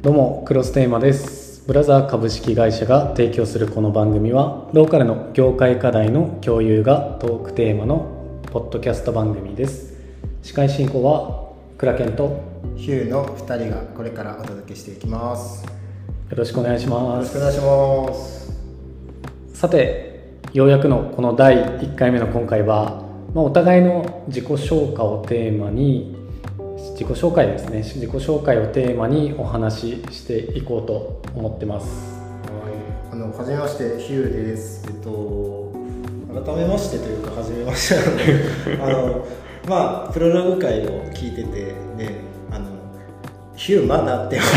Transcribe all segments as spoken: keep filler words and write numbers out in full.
どうもクロステーマです。ブラザー株式会社が提供するこの番組はローカルの業界課題の共有がトークテーマのポッドキャスト番組です。司会進行はクラケンとヒューのふたりがこれからお届けしていきます。 よろしくお願いします。 よろしくお願いします。 さて、ようやくのこのだいいっかいめの今回は、まあ、お互いの自己紹介をテーマに自己紹介ですね自己紹介をテーマにお話ししていこうと思ってます。 はい、あのはじめましてヒューです。えっと改めましてというかはじめましてあのまあプロローグ会を聞いててね、あのヒューまだってヒ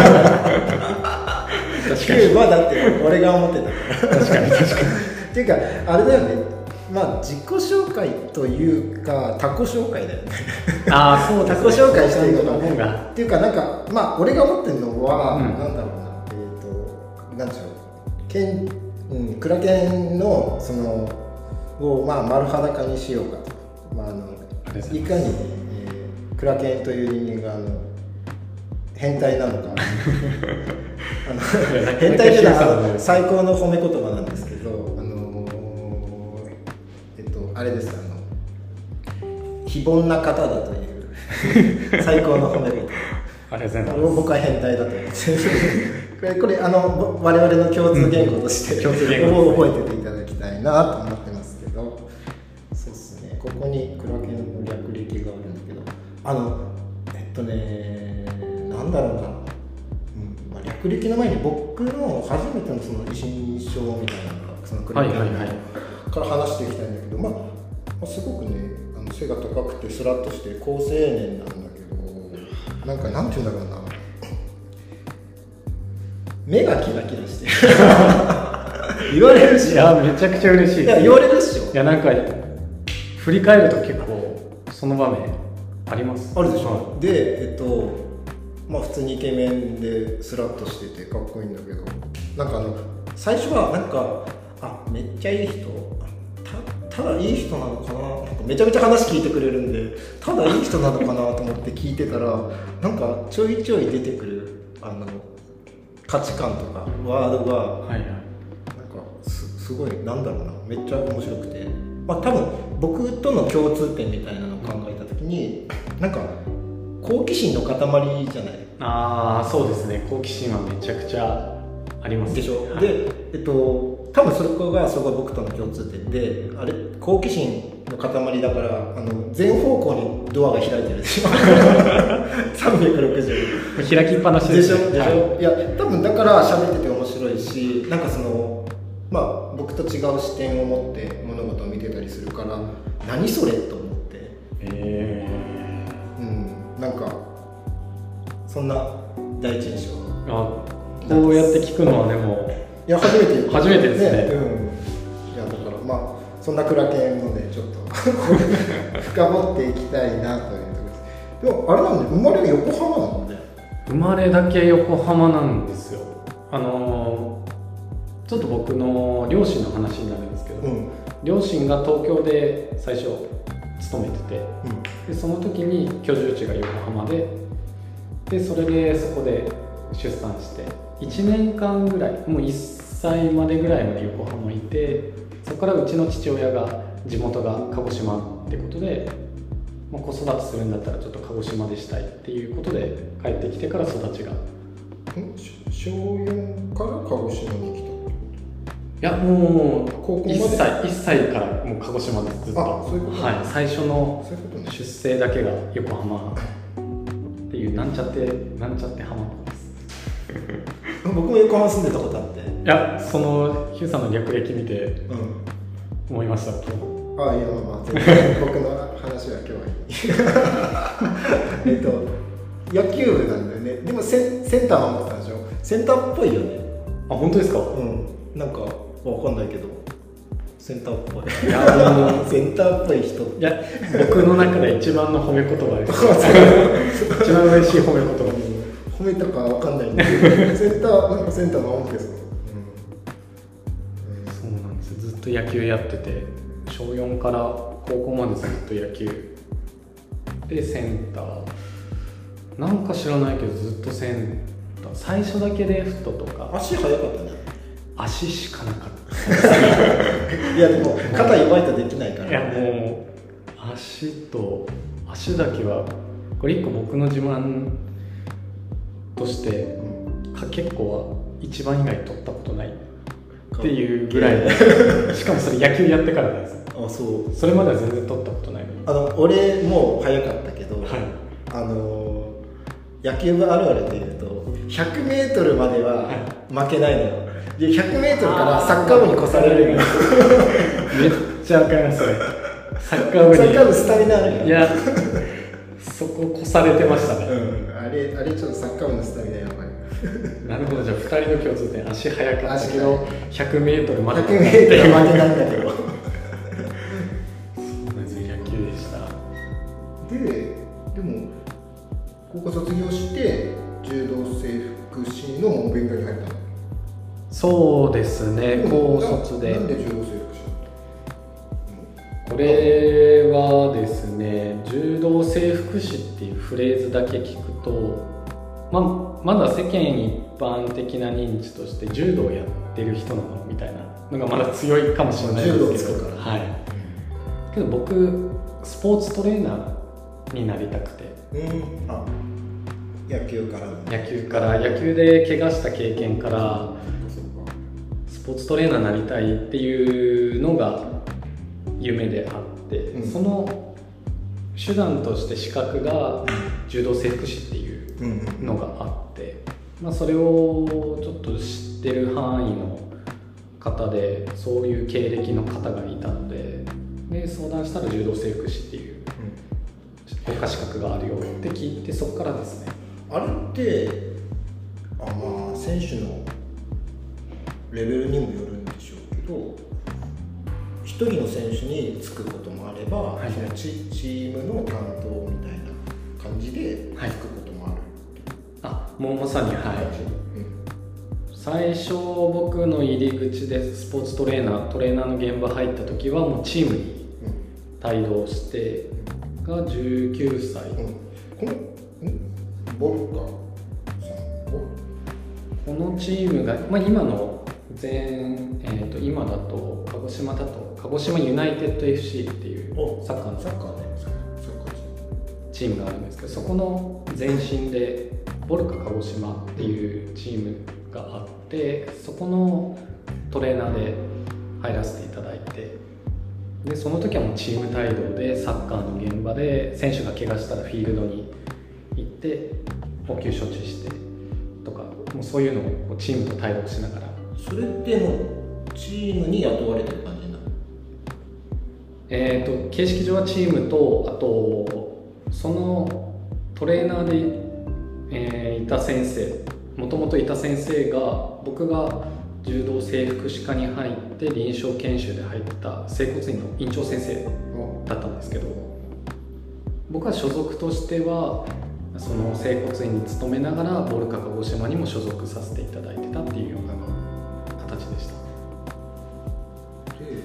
ューまだって俺が思ってたから確かに確かにっていうかあれだよね、まあ自己紹介というか他己紹介だよねああそうですね、 他己紹介していくの方がっていうかなんかまあ俺が思ってるのは、 うん、 なんだろうなえっ、ー、となんでしょうけん、うん、クラケンのそのをまあ丸裸にしようかと、まああのいかに、えー、クラケンという人間があの変態なのかあの変態というのは最高の褒め言葉なんですけど、あのえっとあれですあの非凡な方だという最高の褒め言葉ありがとうございます。 僕は変態だと思ってこれこれあの我々の共通言語として、うん、 共通言語覚えてていただきたいなと思ってますけど、そうですね、ここにクラケンの略歴があるんだけど、あのえっとねなんだろうな、うんまあ、略歴の前に僕の初めてのその印象みたいなのがそのクラケンから話していきたいんだけど、まあ、まあ、すごくねあの背が高くてスラッとして好青年なんだけど、なんかなんていうんだろうな、目がキラキラして言われるし、 いやめちゃくちゃ嬉しい。 いや言われるっしょ。 いやなんか振り返ると結構その場面あります。 あるでしょ、はい、でえっとまあ普通にイケメンでスラッとしててかっこいいんだけど、なんかあの最初はなんかあめっちゃいい人、た, ただいい人なのかな、なんかめちゃめちゃ話聞いてくれるんでただいい人なのかなと思って聞いてたら、なんかちょいちょい出てくるあの価値観とかワードが、はいはい、なんか す, すごいなんだろうな、めっちゃ面白くて、まあ多分僕との共通点みたいなのを考えた時に、なんか好奇心の塊じゃない。 ああそうですね、好奇心はめちゃくちゃあります、ね、 でしょ、 はい、 でえっと多分それがすごい僕との共通点で、あれ好奇心の塊だからあの全方向にドアが開いてるでしょさんびゃくろくじゅう開きっぱなしでしょでしょ、はい、いや多分だから喋ってて面白いし、なんかそのまあ僕と違う視点を持って物事を見てたりするから、何それと思って、 えー、うんなんかそんな第一印象。 あこうやって聞くのはでもいや初めて初めてですね。 ね、うん、いやだからまあそんなクラケンのでちょっと深掘っていきたいなというところです。でもあれなんで生まれは横浜なので。 生まれだけ横浜なんですよ。あのー、ちょっと僕の両親の話になるんですけど、うん、両親が東京で最初勤めてて、うん、でその時に居住地が横浜で、でそれでそこで出産していちねんかんぐらい、もういっさいまでぐらいまで横浜にいて、そこからうちの父親が地元が鹿児島ってことで、まあ、子育てするんだったらちょっと鹿児島でしたいっていうことで帰ってきてから育ちが。 小よんから鹿児島に来た？ いやもう高校までいっさい、いっさいからもう鹿児島ですずっと。 あ、そういうこと、ね、 はい、最初の出生だけが横浜っていうなんちゃってなんちゃって浜です僕も横浜住んでたことあって、 いやそのヒューさんの略歴見て思いました、うん、今日。 ああいやまあまあ全然僕の話は今日はいいえっと野球部なんだよね。でもセン、センター守ってたんでしょ。センターっぽいよね。 あ本当ですか？ うんなんかわかんないけどセンターっぽい。 いやセンターっぽい人。 いや僕の中で一番の褒め言葉です一番嬉しい褒め言葉、 うん、褒めたかわかんないんだけどセンターなんかセンター守ってそう、 うん、そうなんです。ずっと野球やっててしょうよんから高校までずっと野球でセンターなんか知らないけどずっとセン最初だけレフトとか。 足速かったね。 足しかなかったいやでも肩弱いとできないから、 ね、いやもう足と足だけはこれ一個僕の自慢として、うん、か結構は一番以外取ったことないっていうぐらいでしかもそれ野球やってからなんですよ。 あ、そう。 それまでは全然取ったことない。 あの俺も速かったけど、 はい、 あの野球部あるあるでいうとひゃくメートルまでは負けないのよ、はい、でひゃくメートルからサッカー部に越されるよ。 めっちゃわかりますね。サッカー部にサッカー部スタミナあるよ。 いやそこ越されてましたね、 うん、あれあれちょっとサッカー部のスタミナやばい。 なるほど、じゃあふたりの共通点、足速かったけどひゃくメートルまでひゃくメートル負けないんだけど。 野球でした。 ででも高校卒業して柔道整復師の勉強に入ったの？ そうですね、高卒で。 なんで柔道整復師？ これはですね、柔道整復師っていうフレーズだけ聞くと、まあ、まだ世間一般的な認知として柔道やってる人なのみたいなのがまだ強いかもしれないですけど、はい、けど僕スポーツトレーナーになりたくて、 うん、あ、野球から野球から野球で怪我した経験からスポーツトレーナーになりたいっていうのが夢であって、うん、その手段として資格が柔道整復師っていうのがあって、まあ、それをちょっと知ってる範囲の方でそういう経歴の方がいたので、で相談したら柔道整復師っていう国家資格があるよって聞いて、そこからですね。 あれってあ、まあ、選手のレベルにもよるんでしょうけど、一人の選手につくこともあれば、はい、その チ, チームの担当みたいな感じでつくこともある、はい、 あ、もうまさに、はい、うん、最初僕の入り口でスポーツトレーナートレーナーの現場入った時はもうチームに帯同してがじゅうきゅうさい、うん、 このボルカこのチームが、まあ、今の全、えー、と今だと鹿児島だと鹿児島ユナイテッド エフシー っていうサッカーのサッカーねチームがあるんですけど、そこの前身でボルカ鹿児島っていうチームがあって、そこのトレーナーで入らせていただいて、でその時はもうチーム帯同でサッカーの現場で選手が怪我したらフィールドに行って応急処置してとか、もうそういうのをチームと帯同しながら。 それってもうチームに雇われてる感じなの？ えーと形式上はチームと、あとそのトレーナーで、えー、いた先生、もともといた先生が、僕が柔道整復師科に入って臨床研修で入った整骨院の院長先生だったんですけど、僕は所属としてはその整骨院に勤めながらボルカ鹿児島にも所属させていただいてたっていうような形でした。 で、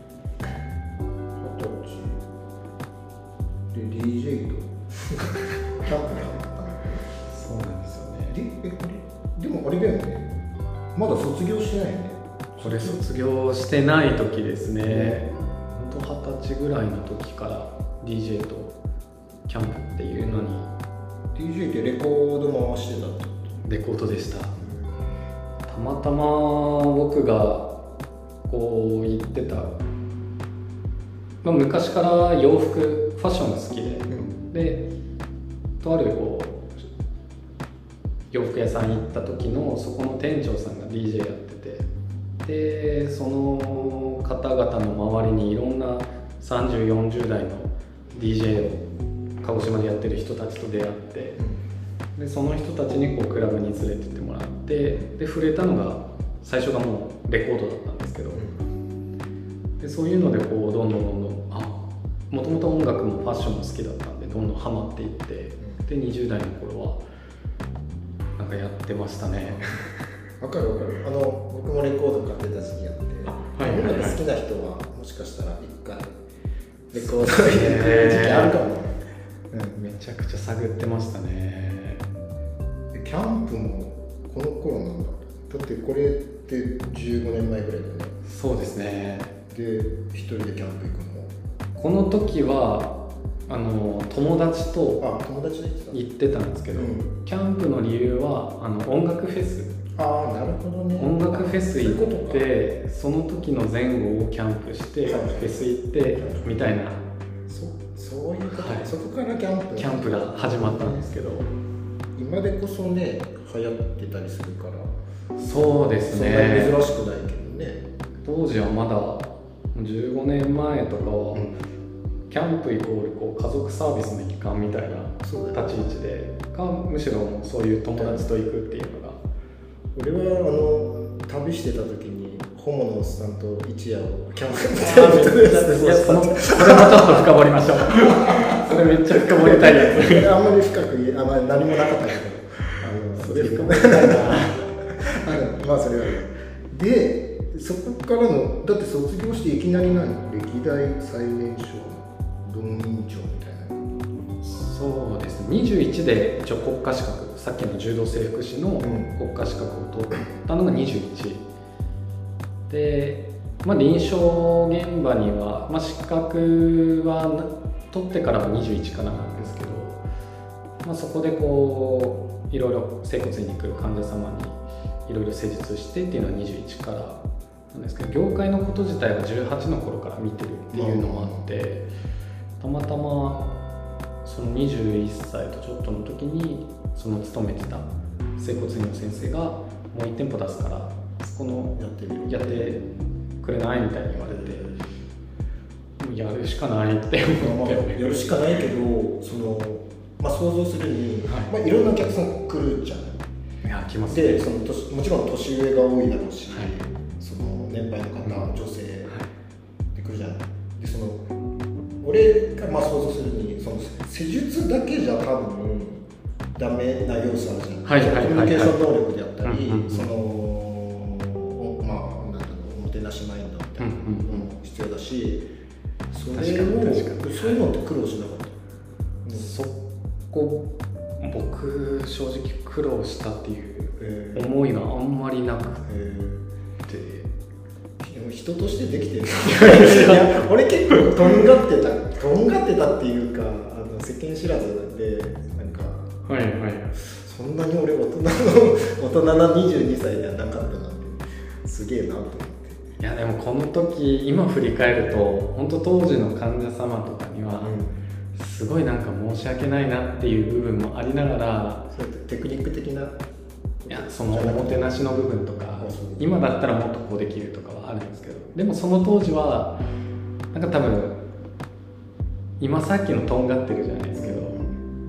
二十歳で ディージェー とキャンプにハマったの。 そうなんですよね。 で、え、これでもあれだよね、まだ卒業してないよね。 これ卒業してない時ですね。本当二十歳ぐらいの時から ディージェー とキャンプっていうのに。 ディージェー ってレコード回してたってこと？ レコードでした。たまたま僕がこう行ってた、まあ、昔から洋服ファッションが好きで、うん、でとあるこう洋服屋さん行った時のそこの店長さんが ディージェー やってて、でその方々の周りにいろんなさんじゅう、よんじゅう代の ディージェー を鹿児島でやってる人たちと出会って、でその人たちにこうクラブに連れてってもらって、で触れたのが最初がもうレコードだったんですけど、でそういうのでこうどんどんどんどん、あ、もともと音楽もファッションも好きだったんでどんどんハマっていって、でにじゅう代の頃はなんかやってましたね。 わかるわかる。あの僕もレコード買ってた時期あって、はいはいはい、音楽好きな人はもしかしたら一回レコード入れてる時期あるかも。 うん、めちゃくちゃ探ってましたね。 キャンプもこの頃なんだ。だってこれってじゅうごねんまえぐらいだよね。 そうですね。 で一人でキャンプ行くの？ この時はあの友達とあ友達で行ってたんですけど、 うん、 キャンプの理由はあの音楽フェス。 ああなるほどね。 音楽フェス行って、その時の前後をキャンプして、はい、フェス行ってみたいな、 そそういうこと、はい、そこからキャンプキャンプが始まったんですけど、 今でこそね流行ってたりするから。 そうですね。 そんなに珍しくないけどね。 当時はまだじゅうごねんまえとかは、うん、キャンプイコールこう家族サービスの一環みたいな立ち位置で、かむしろそういう友達と行くっていうのが。 俺はあの旅してた時にホモのおっさんと一夜をキャンプみたいなことでいやそのそれもちょっと深掘りましょうそれめっちゃ深掘りたいやつあんまり深く言えあんまり何もなかったけどあのそれ深掘りたいなまあそれはでそこからのだって卒業していきなり何歴代最年少の文員長みたいな。 そうですね。にじゅういちで一応国家資格、さっきの柔道整復師の国家資格を取ったのがにじゅういちで、まあ、臨床現場には、まあ、資格は取ってからはにじゅういちからなんですけど、まあ、そこでこういろいろ整骨院に来る患者様にいろいろ施術してっていうのはにじゅういちからなんですけど、業界のこと自体はじゅうはちの頃から見てるっていうのもあって、たまたまそのにじゅういっさいとちょっとの時にその勤めてた整骨院の先生がもういち店舗出すからそこのやってやってくれないみたいに言われて、やるしかないって思って、 まあ、やるしかないけどその、まあ、想像するに、はいまあ、いろんなお客さん来るじゃない。 いや来ますね。 でその年もちろん年上が多いだろうし、はい、その年配の方、うん、女性で来るじゃない。でその俺がまあ想像するにその施術だけじゃ多分ダメな要素あるじゃん、はいはいはいはい、コミュニケーション能力であったり、うんうんうん、そのまあなんだろうおもてなしマインドみたいなのも必要だし、それをそういうのって苦労しなかった、 うん、そこ僕正直苦労したっていう思いがあんまりなくて、えー人としてできてるいや俺結構とんがってたとんがってたっていうかあの世間知らずでなんか、 はいはい、 そんなに俺大人の大人なにじゅうにさいではなかったなんてすげえなと思って。 いやでもこの時今振り返ると本当当時の患者様とかには、うん、すごいなんか申し訳ないなっていう部分もありながら、 そうテクニック的な、 いやそのおもてなしの部分とか今だったらもっとこうできるとかはあるんですけど、でもその当時はなんか多分今さっきのとんがってるじゃないですけど、うん、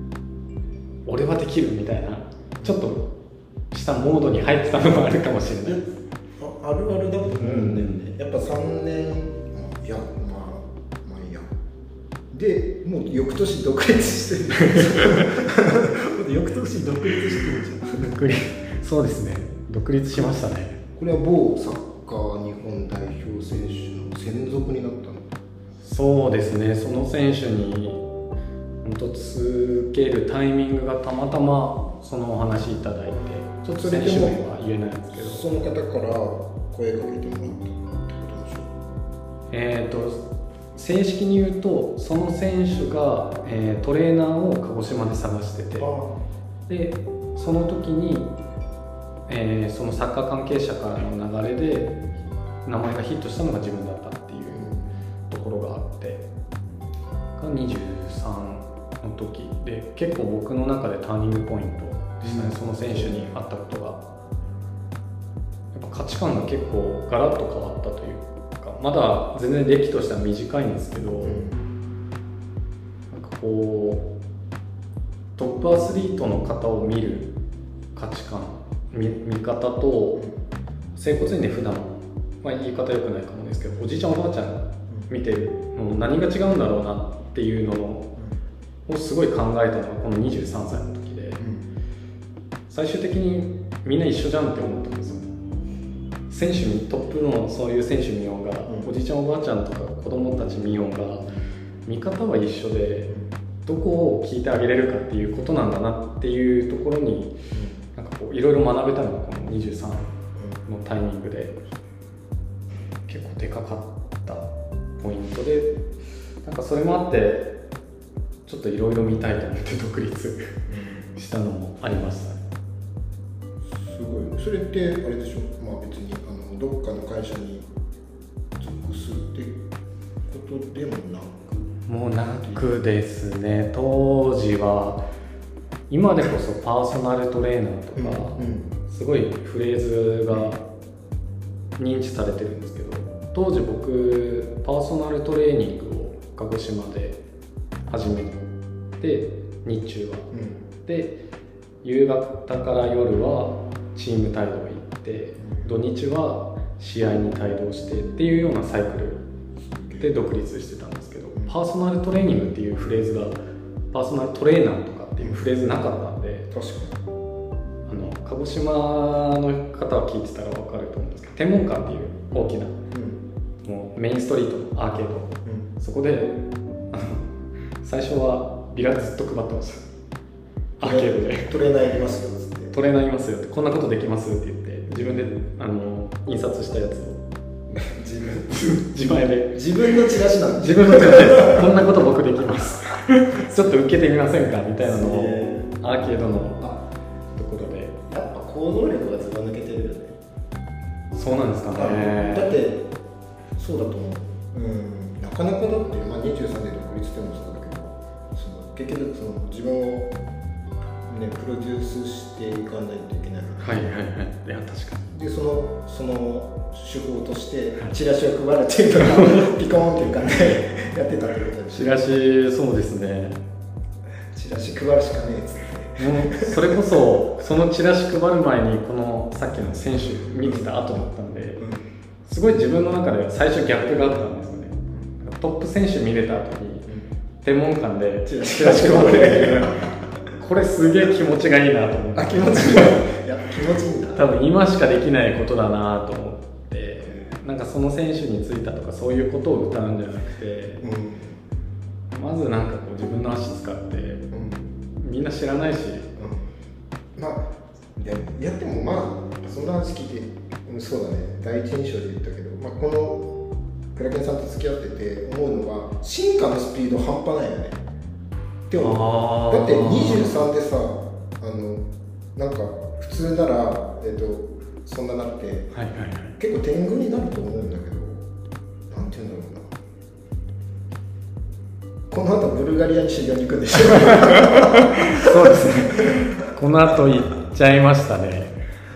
俺はできるみたいなちょっとしたモードに入ってたのもあるかもしれない。 あ, あるあるだと思うんだよね、うん、やっぱさんねんいやまあまあいいやでもう翌年独立してる翌年独立してるじゃん独立そうですね、独立しましたね。 これは某サッカー日本代表選手の専属になったの？ そうですね、その選手に本当つけるタイミングがたまたまそのお話いただいて、ちょっと選手名は言えないんですけど、 その方から声かけてもらったってことでしょ？ えーと正式に言うとその選手が、えー、トレーナーを鹿児島で探してて、でその時にえー、そのサッカー関係者からの流れで名前がヒットしたのが自分だったっていうところがあって、がにじゅうさんの時で結構僕の中でターニングポイントでしたね、うん、その選手に会ったことがやっぱ価値観が結構ガラッと変わったというか、まだ全然歴としては短いんですけど、うん、なんかこうトップアスリートの方を見る価値観見, 見方と整骨院で普段、まあ、言い方良くないかもですけどおじいちゃんおばあちゃん見てるの何が違うんだろうなっていうのをすごい考えたのがこのにじゅうさんさいの時で、最終的にみんな一緒じゃんって思ったんですよ。選手にトップのそういう選手見ようが、おじいちゃんおばあちゃんとか子供たち見ようが見方は一緒でどこを聞いてあげれるかっていうことなんだなっていうところになんかここういろいろ学べたのがこのにじゅうさんのタイミングで結構でかかったポイントで、なんかそれもあってちょっといろいろ見たいと思って独立したのもありましたね。 すごいね。それってあれでしょ、まあ別にあのどっかの会社に属すってことでもなく、 もうなくですね。当時は今でこそパーソナルトレーナーとか、うんうん、すごいフレーズが認知されてるんですけど、当時僕パーソナルトレーニングを鹿児島で始めて、日中は、うん、で夕方から夜はチーム帯同行って、土日は試合に帯同してっていうようなサイクルで独立してたんですけど、パーソナルトレーニングっていうフレーズがパーソナルトレーナーとかっていうフレーズなかったんで、 確かにあの鹿児島の方は聞いてたら分かると思うんですけど、天文館っていう大きな、うん、もうメインストリートのアーケード、うん、そこであの最初はビラずっと配ってました。アーケードでトレーナーいますよっつってトレーナーいますよって、こんなことできますって言って自分であの印刷したやつを自分自前で自分のチラシなん自分のチラシですこんなこと僕できますちょっと受けてみませんかみたいなのをアーケードのところで。 やっぱ行動力がずば抜けてるよね。 そうなんですかね。 だってそうだと思う、うん、なかなかだって、まあ、にじゅうさんで独立してもそうだけど、その結局その自分をね、プロデュースしていかないといけないから、 はいはいはい、いや確かに。でそのその手法としてチラシを配るっていうのがピコーンっていう感じでやってたってことです。 チラシ、そうですね。 チラシ配るしかねえっつって。 もうそれこそそのチラシ配る前にこのさっきの選手見てた後だったんで、うん、すごい自分の中では最初ギャップがあったんですよね。トップ選手見れた後に、うん、天文館でチラシ配るこれすげえ気持ちがいいなと思って。 あ、気持ちいい。いや、気持ちいいんだ。 多分今しかできないことだなと思って、なんかその選手についたとかそういうことを歌うんじゃなくて、うん、まずなんかこう自分の足使って、うん、みんな知らないし、 うん、まあでやってもまあそんな話聞いて、うん、そうだね、第一印象で言ったけど、まあ、このクラケンさんと付き合ってて思うのは進化のスピード半端ないよね。でもだってにじゅうさんでさ、あのなんか普通なら、えー、とそんななって、はいはいはい、結構天狗になると思うんだけど、なんていうんだろうな、この後ブルガリアに修行に行くんでしょそうですね、この後行っちゃいましたね。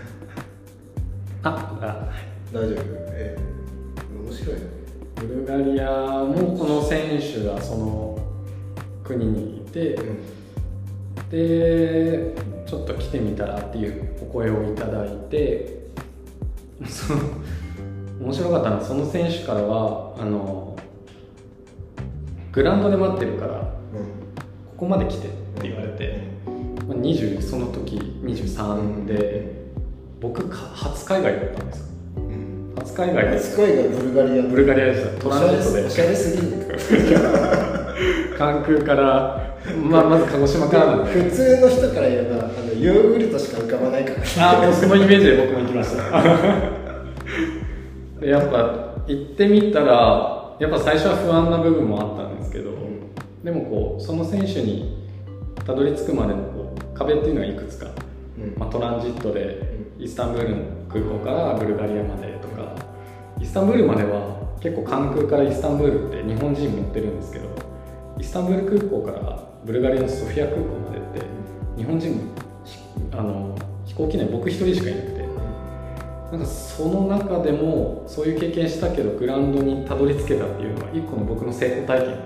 ああ大丈夫、えー、面白いね。 ブルガリアもこの選手がその国にいて、うん、でちょっと来てみたらっていうお声をいただいて、その面白かったのはその選手からはあのグラウンドで待ってるから、うん、ここまで来てって言われて、まあ、にじゅうその時にじゅうさんで、うん、僕初海外だったんですよ、うん、初海外で初海外ブルガリアブルガリアでしたトランジットでおしゃれすぎる関空から、まあ、まず鹿児島からなんで普通の人から言えばあのヨーグルトしか浮かばないからあもうそのイメージで僕も行きましたでやっぱ行ってみたらやっぱ最初は不安な部分もあったんですけど、うん、でもこうその選手にたどり着くまでのこう壁っていうのはいくつか、うんまあ、トランジットでイスタンブールの空港からブルガリアまでとか、イスタンブールまでは結構関空からイスタンブールって日本人乗ってるんですけど、イスタンブール空港からブルガリアのソフィア空港までって日本人あの飛行機内僕一人しかいなくて、なんかその中でもそういう経験したけどグラウンドにたどり着けたっていうのは一個の僕の成功体験になって、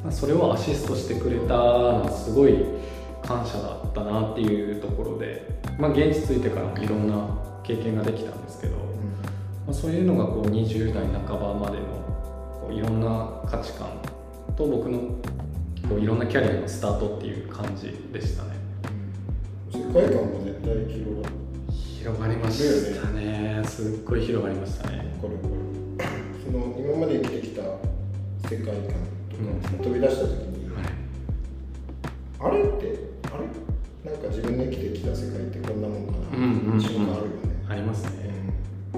それをアシストしてくれたのはすごい感謝だったなっていうところで、まあ、現地着いてからもいろんな経験ができたんですけど、まあ、そういうのがこうにじゅう代半ばまでのこういろんな価値観と僕のこういろんなキャリアのスタートっていう感じでしたね。 世界観も絶対広がる広がりましたね。すっごい広がりましたね。 これこれその今まで生きてきた世界観とか、うん、飛び出した時に、はい、あれってあれなんか自分の生きてきた世界ってことかあるよね、 うん、ありますね、うん、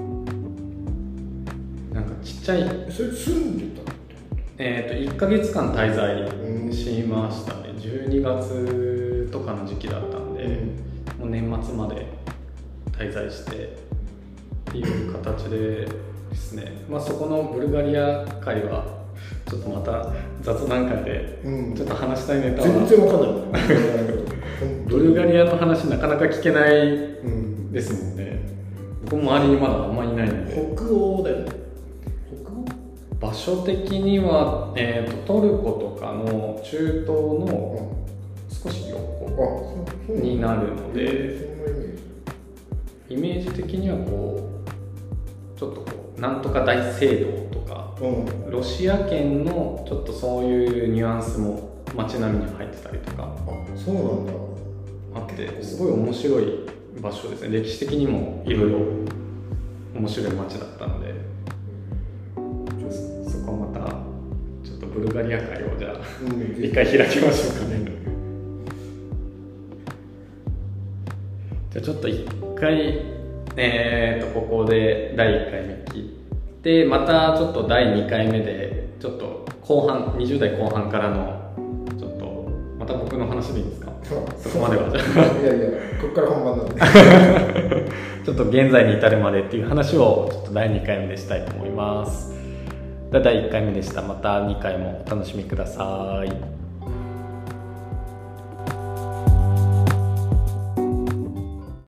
なんかちっちゃいそれ住んでたえーといっかげつかん滞在しましたね、うん、じゅうにがつとかの時期だったんで、うん、もう年末まで滞在してっていう形でですね、まあ、そこのブルガリア会はちょっとまた雑談会でちょっと話したいネタは、 うん、全然わかんないブルガリアの話なかなか聞けないですもんね、うん、僕も周りにまだあんまりいないので。 北欧だよね。北欧場所的には、えー、とトルコとかの中東の少し横になるので、イメージ的にはこうちょっとこうなんとか大聖堂とか、うん、ロシア圏のちょっとそういうニュアンスも街並みに入ってたりとか、 あ、そうなんだ、 あってすごい面白い場所ですね。歴史的にもいろいろ面白い街だったので、そこはまたちょっとブルガリア会をじゃあ、うん、一回開きましょうかね。じゃあちょっと一回、えー、とここでだいいっかいめ切って、またちょっとだいにかいめでちょっと後半にじゅうだいこう半からのちょっとまた僕の話でいいですか？そこまではじゃあいやいや、ここから本番なんでちょっと現在に至るまでっていう話をちょっとだいにかいめでしたいと思います。だいいっかいめでした。またにかいもお楽しみください。